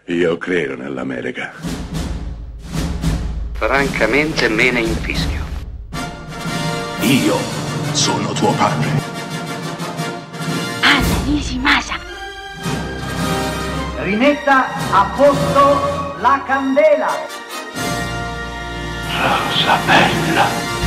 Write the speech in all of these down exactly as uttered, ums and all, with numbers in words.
Io credo nell'America. Francamente me ne infischio. Io sono tuo padre. Anna Nishimasa. Rimetta a posto la candela. Rosa bella.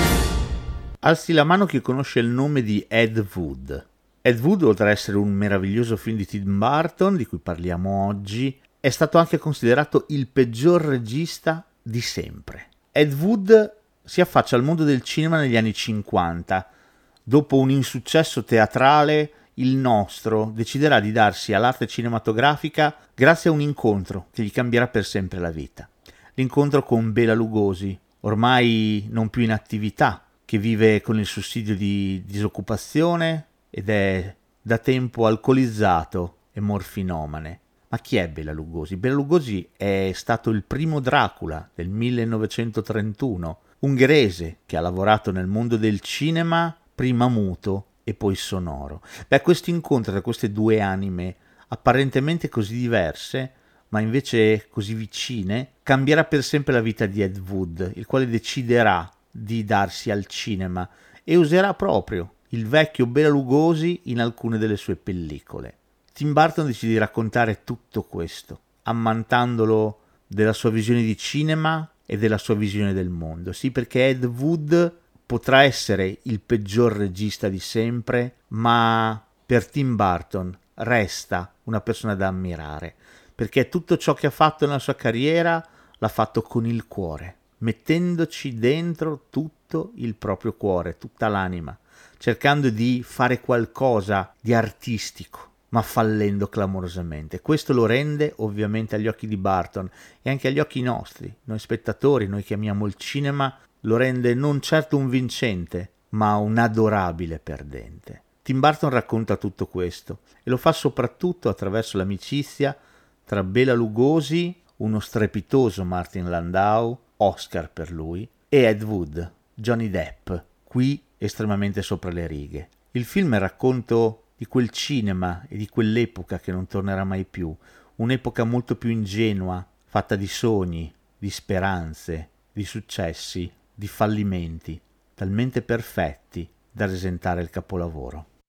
Alzi la mano chi conosce il nome di Ed Wood. Ed Wood, oltre ad essere un meraviglioso film di Tim Burton, di cui parliamo oggi, è stato anche considerato il peggior regista di sempre. Ed Wood si affaccia al mondo del cinema negli anni cinquanta. Dopo un insuccesso teatrale, il nostro deciderà di darsi all'arte cinematografica grazie a un incontro che gli cambierà per sempre la vita. L'incontro con Bela Lugosi, ormai non più in attività, che vive con il sussidio di disoccupazione ed è da tempo alcolizzato e morfinomane. Ma chi è Bela Lugosi? Bela Lugosi è stato il primo Dracula del millenovecentotrentuno, ungherese che ha lavorato nel mondo del cinema, prima muto e poi sonoro. Beh, questo incontro tra queste due anime apparentemente così diverse, ma invece così vicine, cambierà per sempre la vita di Ed Wood, il quale deciderà di darsi al cinema e userà proprio il vecchio Bela Lugosi in alcune delle sue pellicole. Tim Burton decide di raccontare tutto questo, ammantandolo della sua visione di cinema e della sua visione del mondo. Sì, perché Ed Wood potrà essere il peggior regista di sempre, ma per Tim Burton resta una persona da ammirare, perché tutto ciò che ha fatto nella sua carriera l'ha fatto con il cuore, mettendoci dentro tutto il proprio cuore, tutta l'anima, cercando di fare qualcosa di artistico, ma fallendo clamorosamente. Questo lo rende ovviamente agli occhi di Burton e anche agli occhi nostri, noi spettatori, noi che amiamo il cinema, lo rende non certo un vincente, ma un adorabile perdente. Tim Burton racconta tutto questo e lo fa soprattutto attraverso l'amicizia tra Bela Lugosi, uno strepitoso Martin Landau, Oscar per lui, e Ed Wood, Johnny Depp, qui estremamente sopra le righe. Il film è il racconto di quel cinema e di quell'epoca che non tornerà mai più, un'epoca molto più ingenua, fatta di sogni, di speranze, di successi, di fallimenti, talmente perfetti da rasentare il capolavoro.